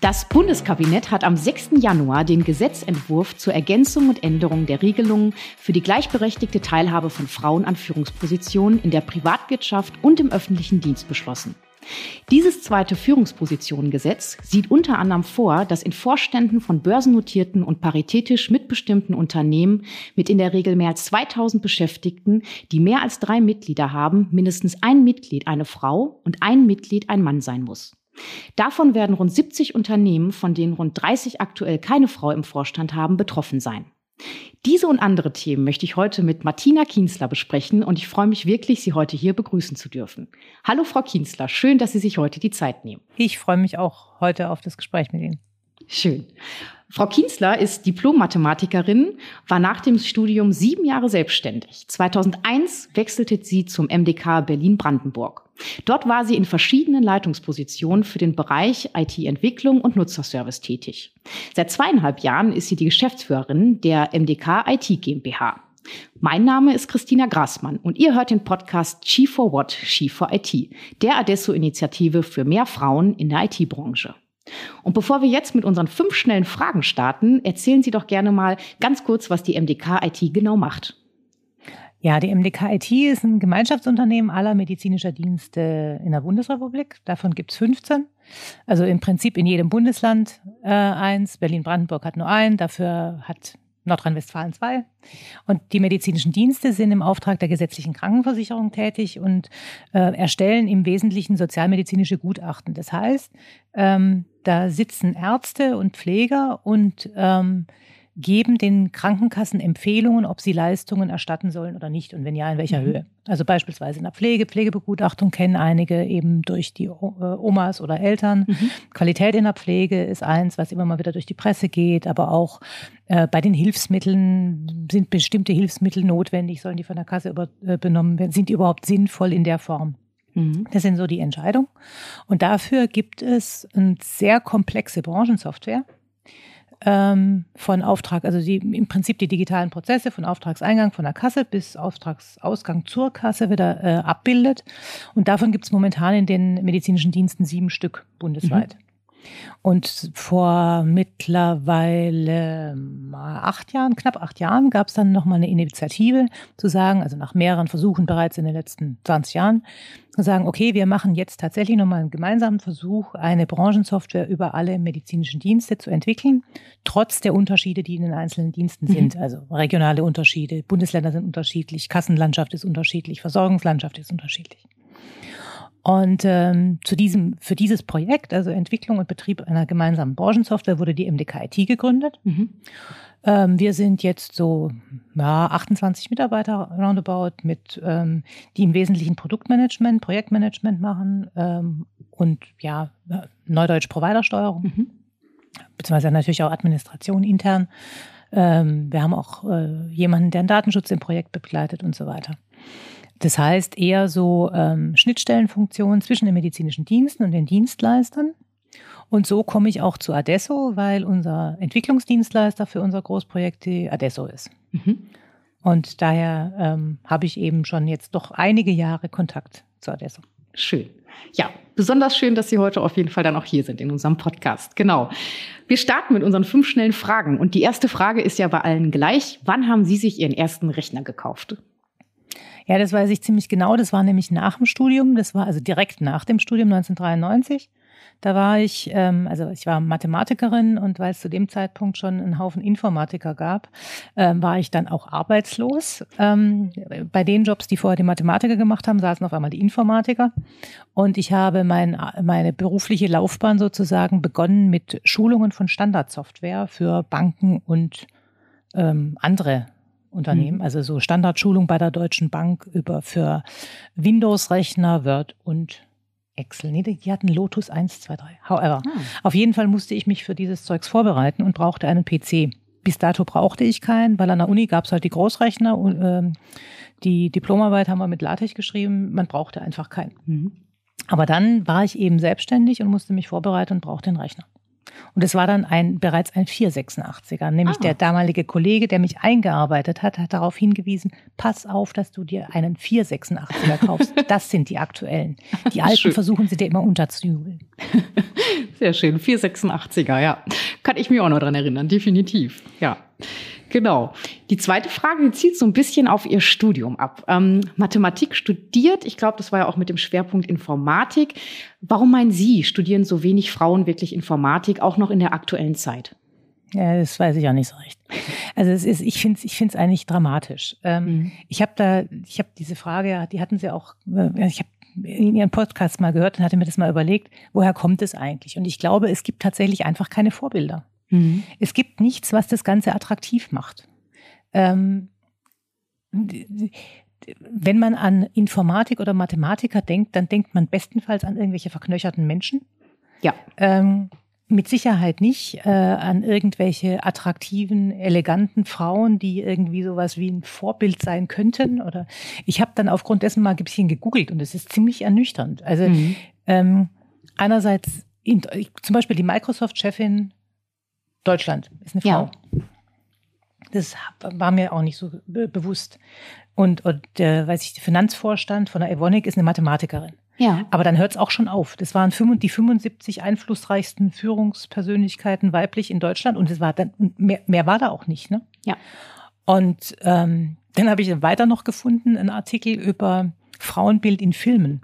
Das Bundeskabinett hat am 6. Januar den Gesetzentwurf zur Ergänzung und Änderung der Regelungen für die gleichberechtigte Teilhabe von Frauen an Führungspositionen in der Privatwirtschaft und im öffentlichen Dienst beschlossen. Dieses zweite Führungspositionengesetz sieht unter anderem vor, dass in Vorständen von börsennotierten und paritätisch mitbestimmten Unternehmen mit in der Regel mehr als 2000 Beschäftigten, die mehr als 3 Mitglieder haben, mindestens ein Mitglied eine Frau und ein Mitglied ein Mann sein muss. Davon werden rund 70 Unternehmen, von denen rund 30 aktuell keine Frau im Vorstand haben, betroffen sein. Diese und andere Themen möchte ich heute mit Martina Kienzler besprechen und ich freue mich wirklich, Sie heute hier begrüßen zu dürfen. Hallo Frau Kienzler, schön, dass Sie sich heute die Zeit nehmen. Ich freue mich auch heute auf das Gespräch mit Ihnen. Schön. Frau Kienzler ist Diplom-Mathematikerin, war nach dem Studium 7 Jahre selbstständig. 2001 wechselte sie zum MDK Berlin-Brandenburg. Dort war sie in verschiedenen Leitungspositionen für den Bereich IT-Entwicklung und Nutzerservice tätig. Seit 2,5 Jahren ist sie die Geschäftsführerin der MDK IT GmbH. Mein Name ist Christina Grassmann und ihr hört den Podcast She for What? She for IT, der Adesso-Initiative für mehr Frauen in der IT-Branche. Und bevor wir jetzt mit unseren 5 schnellen Fragen starten, erzählen Sie doch gerne mal ganz kurz, was die MDK IT genau macht. Ja, die MDK IT ist ein Gemeinschaftsunternehmen aller medizinischer Dienste in der Bundesrepublik. Davon gibt es 15. Also im Prinzip in jedem Bundesland eins. Berlin-Brandenburg hat nur einen, dafür hat Nordrhein-Westfalen 2. Und die medizinischen Dienste sind im Auftrag der gesetzlichen Krankenversicherung tätig und erstellen im Wesentlichen sozialmedizinische Gutachten. Das heißt, da sitzen Ärzte und Pfleger und geben den Krankenkassen Empfehlungen, ob sie Leistungen erstatten sollen oder nicht und wenn ja, in welcher Höhe. Also beispielsweise in der Pflegebegutachtung kennen einige eben durch die Omas oder Eltern. Qualität in der Pflege ist eins, was immer mal wieder durch die Presse geht, aber auch bei den Hilfsmitteln sind bestimmte Hilfsmittel notwendig, sollen die von der Kasse übernommen werden, sind die überhaupt sinnvoll in der Form? Das sind so die Entscheidungen. Und dafür gibt es eine sehr komplexe Branchensoftware, von Auftrag, also im Prinzip die digitalen Prozesse von Auftragseingang von der Kasse bis Auftragsausgang zur Kasse wieder abbildet. Und davon gibt es momentan in den medizinischen Diensten 7 Stück bundesweit. Und vor mittlerweile knapp 8 Jahren, gab es dann nochmal eine Initiative zu sagen, also nach mehreren Versuchen bereits in den letzten 20 Jahren, zu sagen, okay, wir machen jetzt tatsächlich nochmal einen gemeinsamen Versuch, eine Branchensoftware über alle medizinischen Dienste zu entwickeln, trotz der Unterschiede, die in den einzelnen Diensten sind. Also regionale Unterschiede, Bundesländer sind unterschiedlich, Kassenlandschaft ist unterschiedlich, Versorgungslandschaft ist unterschiedlich. Und für dieses Projekt, also Entwicklung und Betrieb einer gemeinsamen Branchensoftware, wurde die MDK IT gegründet. Wir sind jetzt so 28 Mitarbeiter roundabout, die im Wesentlichen Produktmanagement, Projektmanagement machen und ja, Neudeutsch Providersteuerung, beziehungsweise natürlich auch Administration intern. Wir haben auch jemanden, der den Datenschutz im Projekt begleitet und so weiter. Das heißt eher so Schnittstellenfunktionen zwischen den medizinischen Diensten und den Dienstleistern. Und so komme ich auch zu Adesso, weil unser Entwicklungsdienstleister für unser Großprojekt die Adesso ist. Und daher habe ich eben schon jetzt doch einige Jahre Kontakt zu Adesso. Schön. Ja, besonders schön, dass Sie heute auf jeden Fall dann auch hier sind in unserem Podcast. Genau. Wir starten mit unseren 5 schnellen Fragen. Und die erste Frage ist ja bei allen gleich. Wann haben Sie sich Ihren ersten Rechner gekauft? Ja, das weiß ich ziemlich genau. Das war nämlich nach dem Studium. Das war also direkt nach dem Studium 1993. Da war ich war Mathematikerin und weil es zu dem Zeitpunkt schon einen Haufen Informatiker gab, war ich dann auch arbeitslos. Bei den Jobs, die vorher die Mathematiker gemacht haben, saßen auf einmal die Informatiker. Und ich habe meine berufliche Laufbahn sozusagen begonnen mit Schulungen von Standardsoftware für Banken und andere Unternehmen, also so Standardschulung bei der Deutschen Bank für Windows-Rechner, Word und Excel. Nee, die hatten Lotus 1, 2, 3. However, auf jeden Fall musste ich mich für dieses Zeugs vorbereiten und brauchte einen PC. Bis dato brauchte ich keinen, weil an der Uni gab es halt die Großrechner und die Diplomarbeit haben wir mit LaTeX geschrieben. Man brauchte einfach keinen. Aber dann war ich eben selbstständig und musste mich vorbereiten und brauchte einen Rechner. Und es war dann bereits ein 486er, nämlich der damalige Kollege, der mich eingearbeitet hat darauf hingewiesen, pass auf, dass du dir einen 486er kaufst. Das sind die aktuellen. Die alten Schön. Versuchen sie dir immer unterzujubeln. Sehr schön. 486er, ja. Kann ich mich auch noch dran erinnern, definitiv. Ja, genau. Die zweite Frage zielt so ein bisschen auf Ihr Studium ab. Mathematik studiert, ich glaube, das war ja auch mit dem Schwerpunkt Informatik. Warum meinen Sie, studieren so wenig Frauen wirklich Informatik, auch noch in der aktuellen Zeit? Ja, das weiß ich auch nicht so recht. Also ich finde es eigentlich dramatisch. Ich habe diese Frage, die hatten Sie auch, ich habe in Ihren Podcast mal gehört und hatte mir das mal überlegt, woher kommt es eigentlich? Und ich glaube, es gibt tatsächlich einfach keine Vorbilder. Es gibt nichts, was das Ganze attraktiv macht. Wenn man an Informatik oder Mathematiker denkt, dann denkt man bestenfalls an irgendwelche verknöcherten Menschen. Ja. Mit Sicherheit nicht an irgendwelche attraktiven, eleganten Frauen, die irgendwie sowas wie ein Vorbild sein könnten. Oder ich habe dann aufgrund dessen mal ein bisschen gegoogelt und es ist ziemlich ernüchternd. Also einerseits zum Beispiel die Microsoft-Chefin Deutschland ist eine Frau. Ja. Das war mir auch nicht so bewusst. Und der Finanzvorstand von der Evonik ist eine Mathematikerin. Ja. Aber dann hört es auch schon auf. Das waren die 75 einflussreichsten Führungspersönlichkeiten weiblich in Deutschland und mehr war da auch nicht. Ne? Ja. Und dann habe ich weiter noch gefunden, einen Artikel über Frauenbild in Filmen.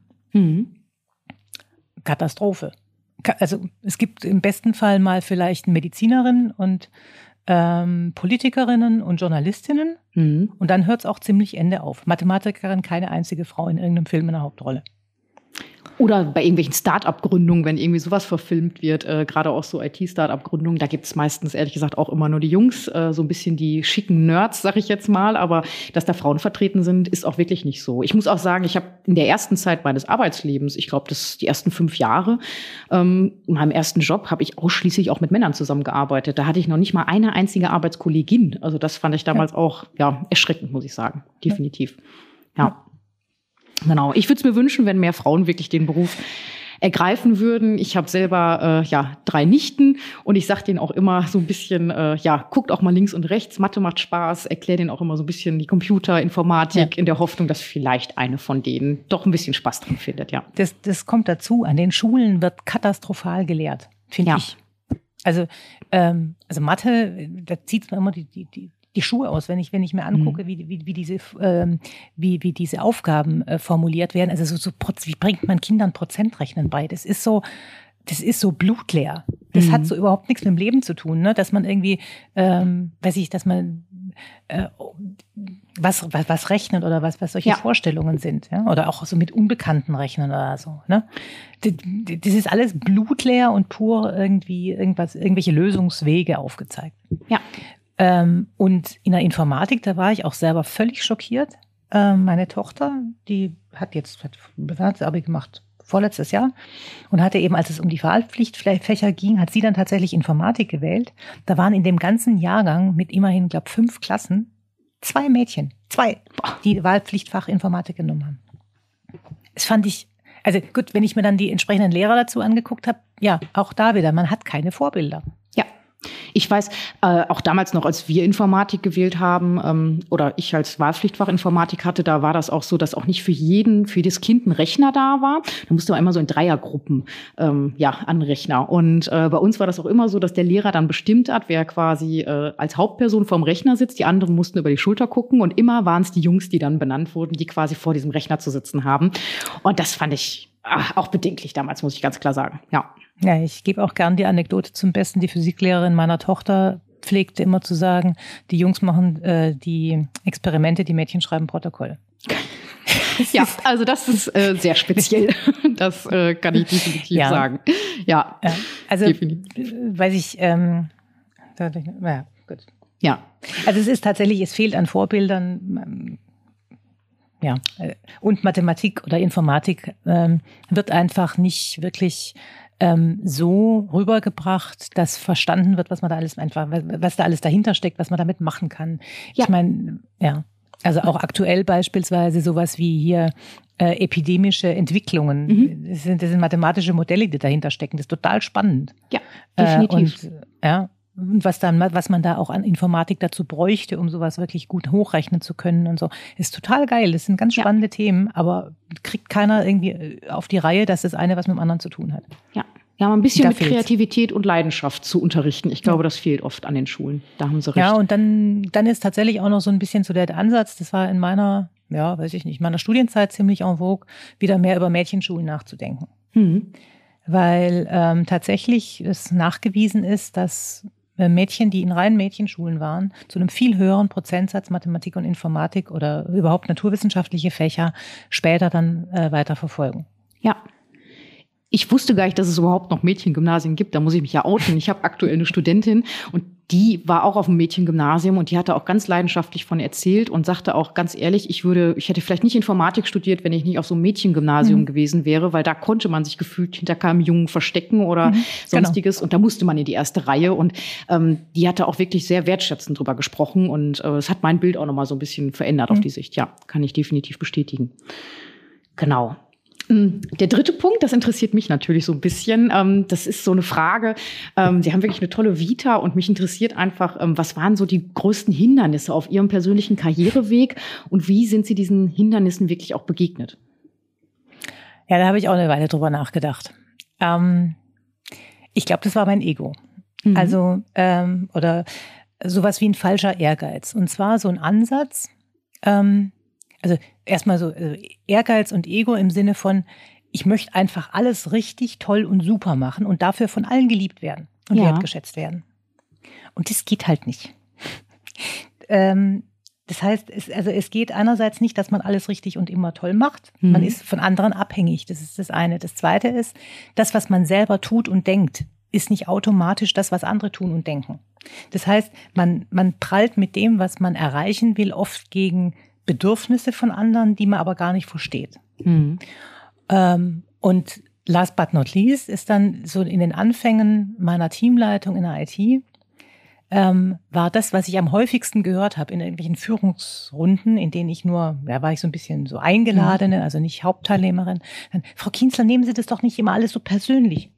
Katastrophe. Also es gibt im besten Fall mal vielleicht Medizinerinnen und Politikerinnen und Journalistinnen und dann hört es auch ziemlich Ende auf. Mathematikerin, keine einzige Frau in irgendeinem Film in der Hauptrolle. Oder bei irgendwelchen Start-up-Gründungen, wenn irgendwie sowas verfilmt wird, gerade auch so IT-Start-up-Gründungen, da gibt es meistens, ehrlich gesagt, auch immer nur die Jungs, so ein bisschen die schicken Nerds, sag ich jetzt mal. Aber dass da Frauen vertreten sind, ist auch wirklich nicht so. Ich muss auch sagen, ich habe in der ersten Zeit meines Arbeitslebens, ich glaube, das die ersten 5 Jahre, in meinem ersten Job habe ich ausschließlich auch mit Männern zusammengearbeitet. Da hatte ich noch nicht mal eine einzige Arbeitskollegin. Also das fand ich damals auch erschreckend, muss ich sagen. Definitiv. Ja. Genau. Ich würde es mir wünschen, wenn mehr Frauen wirklich den Beruf ergreifen würden. Ich habe selber 3 Nichten und ich sage denen auch immer so ein bisschen, guckt auch mal links und rechts, Mathe macht Spaß, erkläre denen auch immer so ein bisschen die Computerinformatik in der Hoffnung, dass vielleicht eine von denen doch ein bisschen Spaß dran findet. Ja. Das kommt dazu. An den Schulen wird katastrophal gelehrt, finde ich. Also Mathe, da zieht man immer die Schuhe aus, wenn ich mir angucke, wie diese Aufgaben formuliert werden. Also wie bringt man Kindern Prozentrechnen bei? Das ist so blutleer. Das hat so überhaupt nichts mit dem Leben zu tun, ne? Dass man irgendwie, dass man was rechnet oder was solche Vorstellungen sind, ja? Oder auch so mit Unbekannten rechnen oder so, ne? Das ist alles blutleer und pur irgendwelche Lösungswege aufgezeigt. Ja. Und in der Informatik, da war ich auch selber völlig schockiert. Meine Tochter, die hat das Abi gemacht vorletztes Jahr und hatte eben, als es um die Wahlpflichtfächer ging, hat sie dann tatsächlich Informatik gewählt. Da waren in dem ganzen Jahrgang mit immerhin, glaube ich, 5 Klassen 2 Mädchen, die Wahlpflichtfach Informatik genommen haben. Das fand ich, also gut, wenn ich mir dann die entsprechenden Lehrer dazu angeguckt habe, ja, auch da wieder, man hat keine Vorbilder. Ja. Ich weiß, auch damals noch, als wir Informatik gewählt haben oder ich als Wahlpflichtfach Informatik hatte, da war das auch so, dass auch nicht für das Kind ein Rechner da war. Da musste man immer so in Dreiergruppen an Rechner. Und bei uns war das auch immer so, dass der Lehrer dann bestimmt hat, wer quasi als Hauptperson vorm Rechner sitzt. Die anderen mussten über die Schulter gucken und immer waren es die Jungs, die dann benannt wurden, die quasi vor diesem Rechner zu sitzen haben. Und das fand ich auch bedenklich damals, muss ich ganz klar sagen. Ja. Ja, ich gebe auch gern die Anekdote zum Besten. Die Physiklehrerin meiner Tochter pflegte immer zu sagen, die Jungs machen die Experimente, die Mädchen schreiben Protokoll. Ja, also das ist sehr speziell. Das kann ich definitiv sagen. Ja, also definitiv. Weiß ich, gut. Ja. Also es fehlt an Vorbildern. Ja, und Mathematik oder Informatik wird einfach nicht wirklich so rübergebracht, dass verstanden wird, was da alles dahinter steckt, was man damit machen kann. Ja. Ich meine, also auch aktuell beispielsweise sowas wie hier epidemische Entwicklungen. Das sind mathematische Modelle, die dahinter stecken. Das ist total spannend. Ja, definitiv. Und was man da auch an Informatik dazu bräuchte, um sowas wirklich gut hochrechnen zu können und so, ist total geil. Das sind ganz spannende Themen, aber kriegt keiner irgendwie auf die Reihe, dass das eine was mit dem anderen zu tun hat. Ja, mal ein bisschen mit Kreativität und Leidenschaft zu unterrichten. Ich glaube, das fehlt oft an den Schulen. Da haben Sie recht. Ja, und dann ist tatsächlich auch noch so ein bisschen so der Ansatz, das war in meiner, meiner Studienzeit ziemlich en vogue, wieder mehr über Mädchenschulen nachzudenken. Weil tatsächlich es nachgewiesen ist, dass Mädchen, die in reinen Mädchenschulen waren, zu einem viel höheren Prozentsatz Mathematik und Informatik oder überhaupt naturwissenschaftliche Fächer später dann weiter verfolgen. Ja. Ich wusste gar nicht, dass es überhaupt noch Mädchengymnasien gibt. Da muss ich mich ja outen. Ich habe aktuell eine Studentin und die war auch auf dem Mädchengymnasium und die hatte auch ganz leidenschaftlich von erzählt und sagte auch ganz ehrlich, ich hätte vielleicht nicht Informatik studiert, wenn ich nicht auf so einem Mädchengymnasium gewesen wäre, weil da konnte man sich gefühlt hinter keinem Jungen verstecken oder sonstiges. Genau. Und da musste man in die erste Reihe. Und die hatte auch wirklich sehr wertschätzend drüber gesprochen. Und es hat mein Bild auch nochmal so ein bisschen verändert auf die Sicht. Ja, kann ich definitiv bestätigen. Genau. Der dritte Punkt, das interessiert mich natürlich so ein bisschen. Das ist so eine Frage. Sie haben wirklich eine tolle Vita und mich interessiert einfach, was waren so die größten Hindernisse auf Ihrem persönlichen Karriereweg und wie sind Sie diesen Hindernissen wirklich auch begegnet? Ja, da habe ich auch eine Weile drüber nachgedacht. Ich glaube, das war mein Ego. Also, oder sowas wie ein falscher Ehrgeiz. Und zwar so ein Ansatz, also erstmal so Ehrgeiz und Ego im Sinne von, ich möchte einfach alles richtig, toll und super machen und dafür von allen geliebt werden und wertgeschätzt werden. Und das geht halt nicht. Das heißt, es geht einerseits nicht, dass man alles richtig und immer toll macht. Man ist von anderen abhängig, das ist das eine. Das zweite ist, das, was man selber tut und denkt, ist nicht automatisch das, was andere tun und denken. Das heißt, man prallt mit dem, was man erreichen will, oft gegen Bedürfnisse von anderen, die man aber gar nicht versteht. Und last but not least ist dann so in den Anfängen meiner Teamleitung in der IT, war das, was ich am häufigsten gehört habe in irgendwelchen Führungsrunden, in denen ich war ich so ein bisschen so Eingeladene, also nicht Hauptteilnehmerin. Dann, Frau Kienzler, nehmen Sie das doch nicht immer alles so persönlich.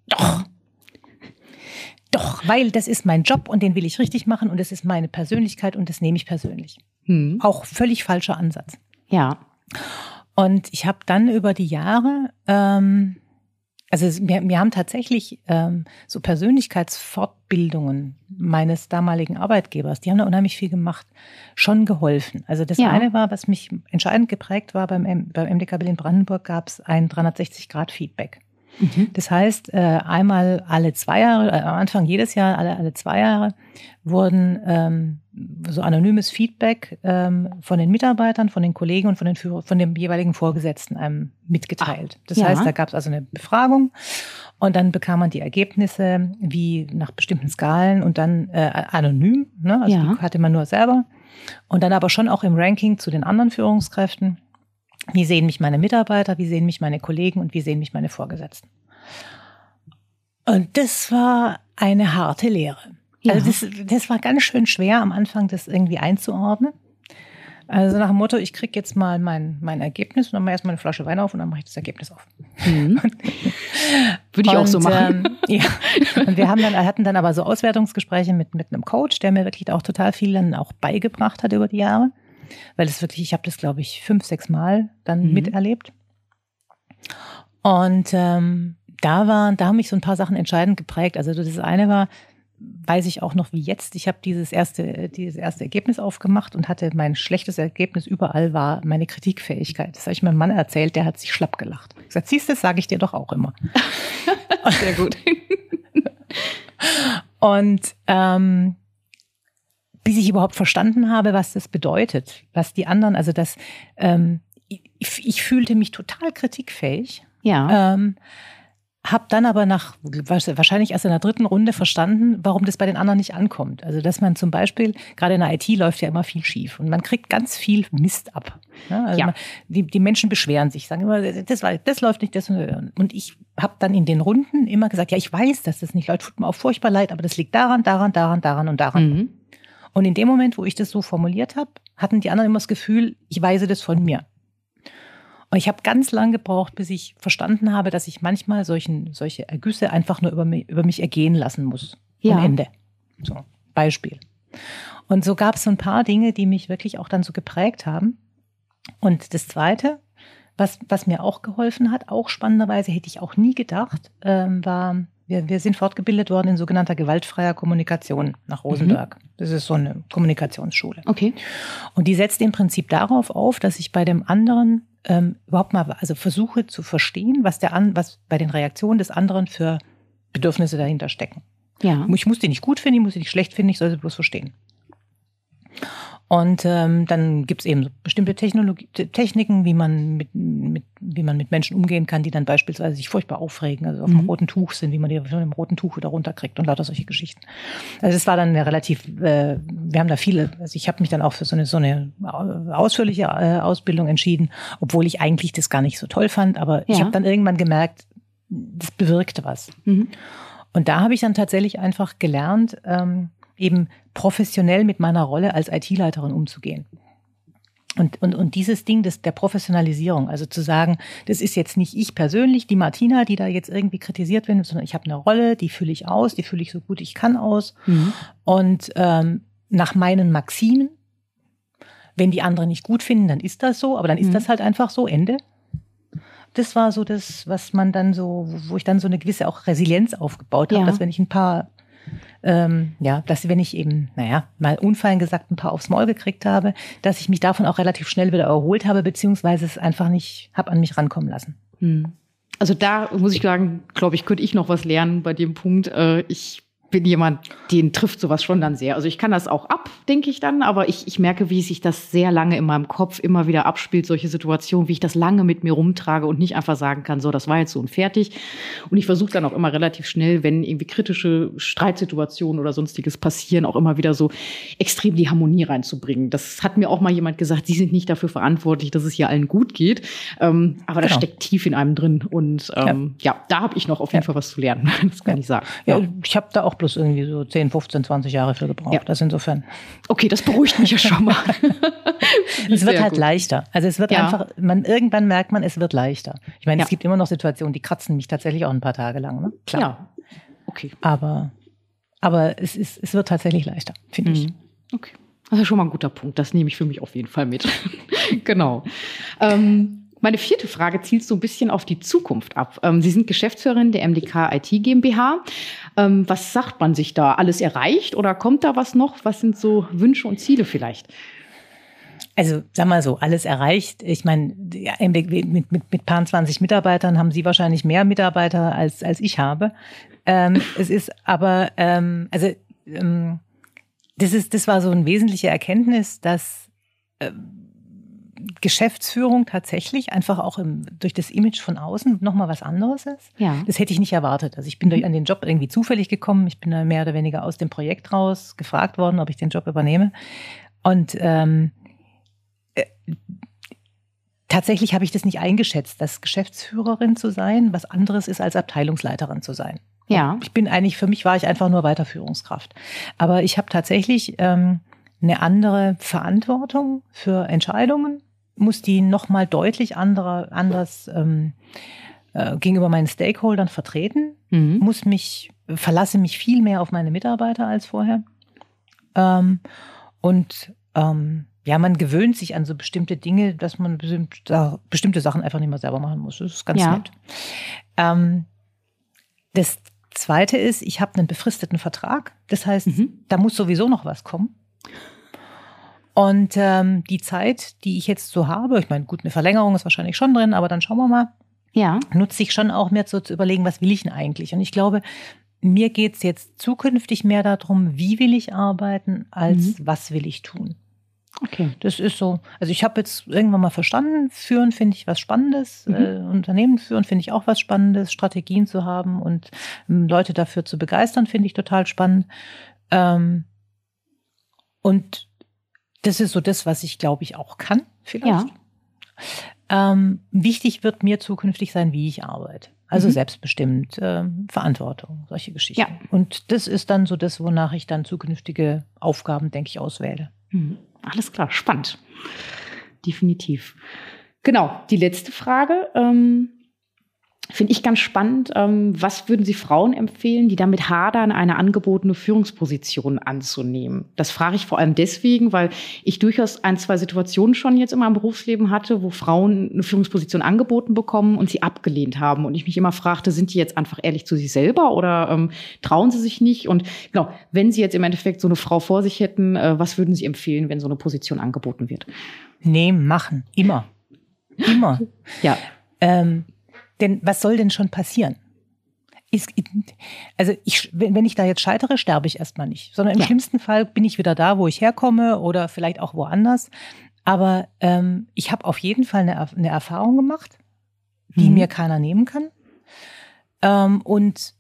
Doch, weil das ist mein Job und den will ich richtig machen und das ist meine Persönlichkeit und das nehme ich persönlich. Auch völlig falscher Ansatz. Ja. Und ich habe dann über die Jahre, mir haben tatsächlich so Persönlichkeitsfortbildungen meines damaligen Arbeitgebers, die haben da unheimlich viel gemacht, schon geholfen. Also das eine war, was mich entscheidend geprägt war, beim MDK Berlin-Brandenburg gab es ein 360-Grad-Feedback. Das heißt, einmal alle 2 Jahre, am Anfang jedes Jahr, alle 2 Jahre, wurden so anonymes Feedback von den Mitarbeitern, von den Kollegen und von dem jeweiligen Vorgesetzten einem mitgeteilt. Das heißt, da gab es also eine Befragung und dann bekam man die Ergebnisse wie nach bestimmten Skalen und dann anonym, ne? Also die hatte man nur selber und dann aber schon auch im Ranking zu den anderen Führungskräften. Wie sehen mich meine Mitarbeiter, wie sehen mich meine Kollegen und wie sehen mich meine Vorgesetzten? Und das war eine harte Lehre. Ja. Also das war ganz schön schwer am Anfang, das irgendwie einzuordnen. Also nach dem Motto, ich kriege jetzt mal mein Ergebnis und dann mache ich erstmal eine Flasche Wein auf und dann mache ich das Ergebnis auf. Würde ich auch so machen. Und wir hatten dann aber so Auswertungsgespräche mit einem Coach, der mir wirklich auch total viel dann auch beigebracht hat über die Jahre. Weil ich habe das, glaube ich, 5, 6 Mal dann miterlebt. Und da haben mich so ein paar Sachen entscheidend geprägt. Also das eine war, weiß ich auch noch wie jetzt, ich habe dieses erste Ergebnis aufgemacht und hatte mein schlechtes Ergebnis überall war meine Kritikfähigkeit. Das habe ich meinem Mann erzählt, der hat sich schlapp gelacht. Ich gesagt, siehst du, das sage ich dir doch auch immer. Sehr gut. Und bis ich überhaupt verstanden habe, was das bedeutet, was die anderen, also das, ich fühlte mich total kritikfähig. Ja. Habe dann aber wahrscheinlich erst in der 3. Runde verstanden, warum das bei den anderen nicht ankommt. Also dass man zum Beispiel, gerade in der IT läuft ja immer viel schief und man kriegt ganz viel Mist ab. Ja, also die Menschen beschweren sich, sagen immer, das läuft nicht, das. Und ich habe dann in den Runden immer gesagt, ja, ich weiß, dass das nicht läuft, tut mir auch furchtbar leid, aber das liegt daran und daran. Und in dem Moment, wo ich das so formuliert habe, hatten die anderen immer das Gefühl, ich weise das von mir. Und ich habe ganz lange gebraucht, bis ich verstanden habe, dass ich manchmal solche Ergüsse einfach nur über mich ergehen lassen muss. Am Ende. So, Beispiel. Und so gab es so ein paar Dinge, die mich wirklich auch dann so geprägt haben. Und das Zweite, was mir auch geholfen hat, auch spannenderweise hätte ich auch nie gedacht, war, wir sind fortgebildet worden in sogenannter gewaltfreier Kommunikation nach Rosenberg. Das ist so eine Kommunikationsschule. Okay. Und die setzt im Prinzip darauf auf, dass ich bei dem anderen überhaupt mal, also versuche zu verstehen, was bei den Reaktionen des anderen für Bedürfnisse dahinter stecken. Ja. Ich muss die nicht gut finden, ich muss die nicht schlecht finden, ich soll sie bloß verstehen. Und dann gibt es eben so bestimmte Techniken, wie man mit Menschen umgehen kann, die dann beispielsweise sich furchtbar aufregen, also auf dem roten Tuch sind, wie man die von dem roten Tuch wieder runterkriegt und lauter solche Geschichten. Also das war dann wir haben da also ich habe mich dann auch für so eine ausführliche Ausbildung entschieden, obwohl ich eigentlich das gar nicht so toll fand, aber ich habe dann irgendwann gemerkt, das bewirkte was. Mhm. Und da habe ich dann tatsächlich einfach gelernt, eben professionell mit meiner Rolle als IT-Leiterin umzugehen. Und dieses Ding der Professionalisierung, also zu sagen, das ist jetzt nicht ich persönlich, die Martina, die da jetzt irgendwie kritisiert wird, sondern ich habe eine Rolle, die fülle ich aus, die fülle ich so gut ich kann aus. Mhm. Und nach meinen Maximen, wenn die anderen nicht gut finden, dann ist das so, aber dann ist das halt einfach so, Ende. Das war so das, was man dann so, wo ich dann so eine gewisse auch Resilienz aufgebaut habe, dass wenn ich ein paar dass wenn ich eben, mal unfallen gesagt, ein paar aufs Maul gekriegt habe, dass ich mich davon auch relativ schnell wieder erholt habe, beziehungsweise es einfach nicht habe an mich rankommen lassen. Also da muss ich sagen, glaube ich, könnte ich noch was lernen bei dem Punkt. Ich bin jemand, den trifft sowas schon dann sehr. Also ich kann das auch ab, denke ich dann, aber ich merke, wie sich das sehr lange in meinem Kopf immer wieder abspielt, solche Situationen, wie ich das lange mit mir rumtrage und nicht einfach sagen kann, so, das war jetzt so und fertig. Und ich versuche dann auch immer relativ schnell, wenn irgendwie kritische Streitsituationen oder sonstiges passieren, auch immer wieder so extrem die Harmonie reinzubringen. Das hat mir auch mal jemand gesagt, Sie sind nicht dafür verantwortlich, dass es hier allen gut geht. Aber das steckt tief in einem drin. Und da habe ich noch auf jeden Fall was zu lernen. Das kann ich sagen. Ja, ich habe da auch bloß irgendwie so 10, 15, 20 Jahre für gebraucht. Ja. Das insofern. Okay, das beruhigt mich ja schon mal. Es wird halt leichter. Also es wird einfach, irgendwann merkt man, es wird leichter. Ich meine, es gibt immer noch Situationen, die kratzen mich tatsächlich auch ein paar Tage lang. Ne? Klar. Ja, okay. Aber es wird tatsächlich leichter, finde ich. Okay. Das ist schon mal ein guter Punkt. Das nehme ich für mich auf jeden Fall mit. Genau. Meine 4. Frage zielt so ein bisschen auf die Zukunft ab. Sie sind Geschäftsführerin der MDK IT GmbH. Was sagt man sich da? Alles erreicht oder kommt da was noch? Was sind so Wünsche und Ziele vielleicht? Also, sag mal so, alles erreicht. Ich meine, mit paar 20 Mitarbeitern haben Sie wahrscheinlich mehr Mitarbeiter als ich habe. Es ist aber, das war so eine wesentliche Erkenntnis, dass Geschäftsführung tatsächlich einfach auch durch das Image von außen nochmal was anderes ist. Ja. Das hätte ich nicht erwartet. Also ich bin an den Job irgendwie zufällig gekommen. Ich bin da mehr oder weniger aus dem Projekt raus gefragt worden, ob ich den Job übernehme. Und tatsächlich habe ich das nicht eingeschätzt, dass Geschäftsführerin zu sein was anderes ist als Abteilungsleiterin zu sein. Ja. Für mich war ich einfach nur Weiterführungskraft. Aber ich habe tatsächlich eine andere Verantwortung für Entscheidungen, muss die nochmal deutlich anders gegenüber meinen Stakeholdern vertreten, verlasse mich viel mehr auf meine Mitarbeiter als vorher. Man gewöhnt sich an so bestimmte Dinge, dass man bestimmte Sachen einfach nicht mehr selber machen muss. Das ist ganz nett. Das Zweite ist, ich habe einen befristeten Vertrag. Das heißt, da muss sowieso noch was kommen. Und die Zeit, die ich jetzt so habe, ich meine, gut, eine Verlängerung ist wahrscheinlich schon drin, aber dann schauen wir mal, nutze ich schon auch mehr so zu überlegen, was will ich denn eigentlich? Und ich glaube, mir geht es jetzt zukünftig mehr darum, wie will ich arbeiten, als was will ich tun. Okay. Das ist so, also ich habe jetzt irgendwann mal verstanden, führen finde ich was Spannendes, Unternehmen führen finde ich auch was Spannendes, Strategien zu haben und Leute dafür zu begeistern, finde ich total spannend. Und das ist so das, was ich, glaube ich, auch kann, vielleicht. Ja. Wichtig wird mir zukünftig sein, wie ich arbeite. Also selbstbestimmt, Verantwortung, solche Geschichten. Ja. Und das ist dann so das, wonach ich dann zukünftige Aufgaben, denke ich, auswähle. Alles klar, spannend. Definitiv. Genau, die letzte Frage. Finde ich ganz spannend. Was würden Sie Frauen empfehlen, die damit hadern, eine angebotene Führungsposition anzunehmen? Das frage ich vor allem deswegen, weil ich durchaus 1, 2 Situationen schon jetzt in meinem Berufsleben hatte, wo Frauen eine Führungsposition angeboten bekommen und sie abgelehnt haben. Und ich mich immer fragte, sind die jetzt einfach ehrlich zu sich selber oder trauen sie sich nicht? Und genau, wenn Sie jetzt im Endeffekt so eine Frau vor sich hätten, was würden Sie empfehlen, wenn so eine Position angeboten wird? Nehmen, machen. Immer. Immer. Ja. Denn was soll denn schon passieren? Wenn ich da jetzt scheitere, sterbe ich erstmal nicht. Sondern im schlimmsten Fall bin ich wieder da, wo ich herkomme oder vielleicht auch woanders. Aber ich habe auf jeden Fall eine Erfahrung gemacht, die mir keiner nehmen kann. Und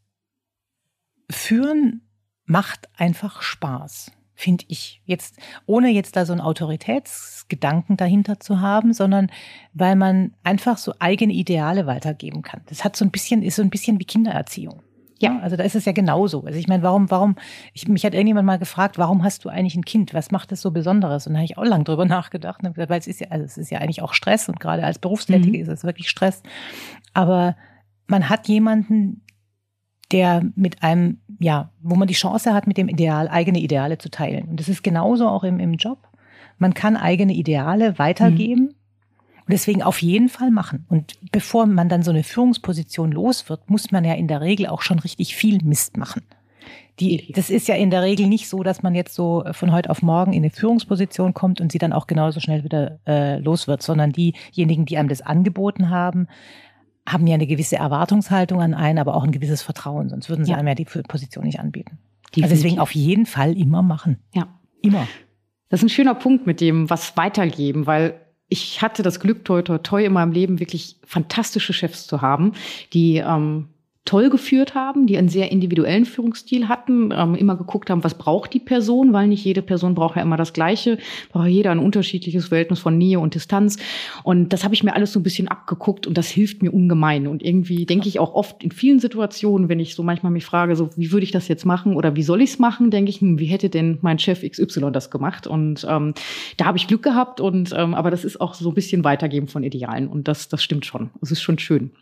führen macht einfach Spaß, finde ich. Jetzt, ohne jetzt da so einen Autoritätsgedanken dahinter zu haben, sondern weil man einfach so eigene Ideale weitergeben kann. Das ist so ein bisschen wie Kindererziehung. Ja, also da ist es ja genauso. Also ich meine, mich hat irgendjemand mal gefragt, warum hast du eigentlich ein Kind? Was macht das so Besonderes? Und da habe ich auch lange drüber nachgedacht und habe gesagt, weil es ist ja eigentlich auch Stress und gerade als Berufstätige ist es wirklich Stress. Aber man hat jemanden, der mit einem, wo man die Chance hat, mit dem Ideal eigene Ideale zu teilen. Und das ist genauso auch im Job. Man kann eigene Ideale weitergeben und deswegen auf jeden Fall machen. Und bevor man dann so eine Führungsposition los wird, muss man ja in der Regel auch schon richtig viel Mist machen. Das ist ja in der Regel nicht so, dass man jetzt so von heute auf morgen in eine Führungsposition kommt und sie dann auch genauso schnell wieder los wird, sondern diejenigen, die einem das angeboten haben ja eine gewisse Erwartungshaltung an einen, aber auch ein gewisses Vertrauen. Sonst würden sie einem ja die Position nicht anbieten. Definitiv. Also deswegen auf jeden Fall immer machen. Ja. Immer. Das ist ein schöner Punkt mit dem, was weitergeben, weil ich hatte das Glück, toi, toi, toi, in meinem Leben wirklich fantastische Chefs zu haben, die toll geführt haben, die einen sehr individuellen Führungsstil hatten, immer geguckt haben, was braucht die Person, weil nicht jede Person braucht ja immer das Gleiche, braucht jeder ein unterschiedliches Verhältnis von Nähe und Distanz. Und das habe ich mir alles so ein bisschen abgeguckt und das hilft mir ungemein. Und irgendwie denke ich auch oft in vielen Situationen, wenn ich so manchmal mich frage, so wie würde ich das jetzt machen oder wie soll ich es machen, denke ich, wie hätte denn mein Chef XY das gemacht? Und da habe ich Glück gehabt aber das ist auch so ein bisschen Weitergeben von Idealen und das stimmt schon. Es ist schon schön.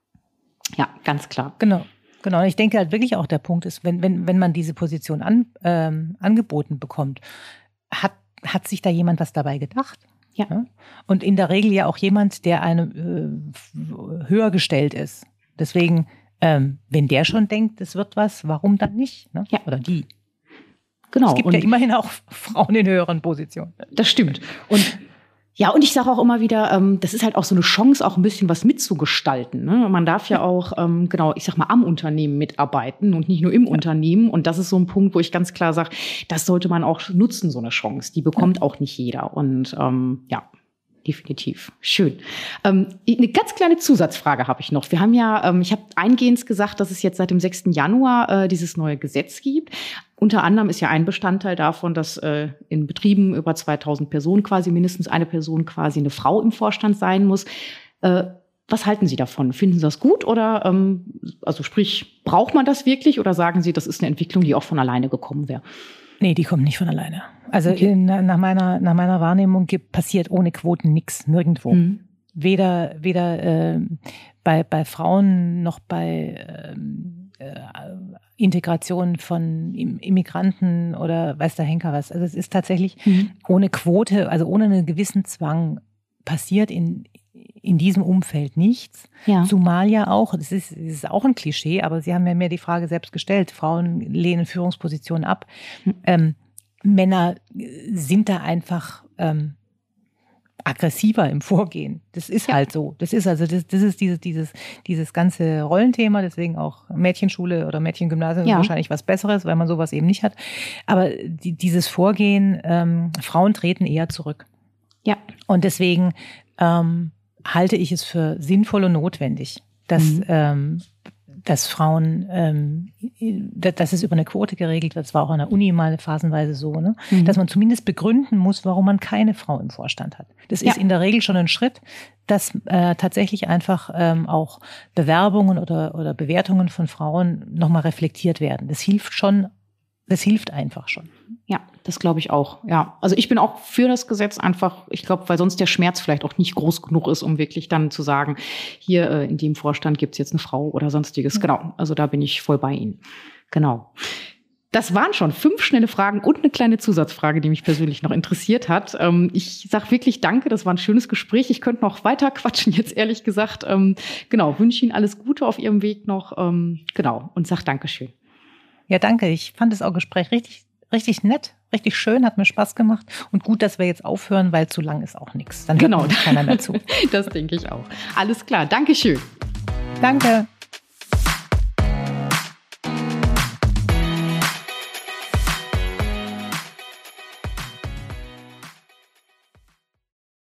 Ja, ganz klar. Genau. Ich denke halt wirklich auch, der Punkt ist, wenn man diese Position angeboten bekommt, hat sich da jemand was dabei gedacht? Ja. Und in der Regel ja auch jemand, der einem höher gestellt ist. Deswegen, wenn der schon denkt, es wird was, warum dann nicht? Ne? Ja. Oder die. Genau. Es gibt ja immerhin auch Frauen in höheren Positionen. Das stimmt. Und ich sage auch immer wieder, das ist halt auch so eine Chance, auch ein bisschen was mitzugestalten. Ne? Man darf ja auch, ich sag mal, am Unternehmen mitarbeiten und nicht nur im Unternehmen. Und das ist so ein Punkt, wo ich ganz klar sage, das sollte man auch nutzen, so eine Chance. Die bekommt auch nicht jeder. Und definitiv. Schön. Eine ganz kleine Zusatzfrage habe ich noch. Wir haben ich habe eingehend gesagt, dass es jetzt seit dem 6. Januar dieses neue Gesetz gibt. Unter anderem ist ja ein Bestandteil davon, dass in Betrieben über 2000 Personen quasi mindestens eine Person quasi eine Frau im Vorstand sein muss. Was halten Sie davon? Finden Sie das gut oder sprich, braucht man das wirklich oder sagen Sie, das ist eine Entwicklung, die auch von alleine gekommen wäre? Nee, die kommt nicht von alleine. Also okay. Nach meiner Wahrnehmung passiert ohne Quoten nichts, nirgendwo. Mhm. Weder bei Frauen noch bei Integration von Immigranten oder weiß der Henker was. Also es ist tatsächlich ohne Quote, also ohne einen gewissen Zwang passiert in diesem Umfeld nichts. Ja. Zumal ja auch, das ist auch ein Klischee, aber Sie haben ja mir die Frage selbst gestellt, Frauen lehnen Führungspositionen ab. Männer sind da einfach aggressiver im Vorgehen. Das ist halt so. Das ist dieses ganze Rollenthema, deswegen auch Mädchenschule oder Mädchengymnasium ist wahrscheinlich was Besseres, weil man sowas eben nicht hat. Aber dieses Vorgehen, Frauen treten eher zurück. Ja. Und deswegen halte ich es für sinnvoll und notwendig, dass Frauen, dass es über eine Quote geregelt wird. Das war auch an der Uni mal phasenweise so, ne? Dass man zumindest begründen muss, warum man keine Frau im Vorstand hat. Das ist in der Regel schon ein Schritt, dass tatsächlich einfach auch Bewerbungen oder Bewertungen von Frauen nochmal reflektiert werden. Das hilft einfach schon. Ja, das glaube ich auch. Ja, also ich bin auch für das Gesetz einfach, ich glaube, weil sonst der Schmerz vielleicht auch nicht groß genug ist, um wirklich dann zu sagen, hier in dem Vorstand gibt's jetzt eine Frau oder sonstiges. Genau, also da bin ich voll bei Ihnen. Genau. Das waren schon 5 schnelle Fragen und eine kleine Zusatzfrage, die mich persönlich noch interessiert hat. Ich sage wirklich danke, das war ein schönes Gespräch. Ich könnte noch weiter quatschen, jetzt ehrlich gesagt. Genau, wünsche Ihnen alles Gute auf Ihrem Weg noch. Genau, und sage Dankeschön. Ja, danke. Ich fand das auch Gespräch richtig nett, richtig schön, hat mir Spaß gemacht. Und gut, dass wir jetzt aufhören, weil zu lang ist auch nichts. Dann hört keiner mehr zu. Das denke ich auch. Alles klar, Dankeschön. Danke.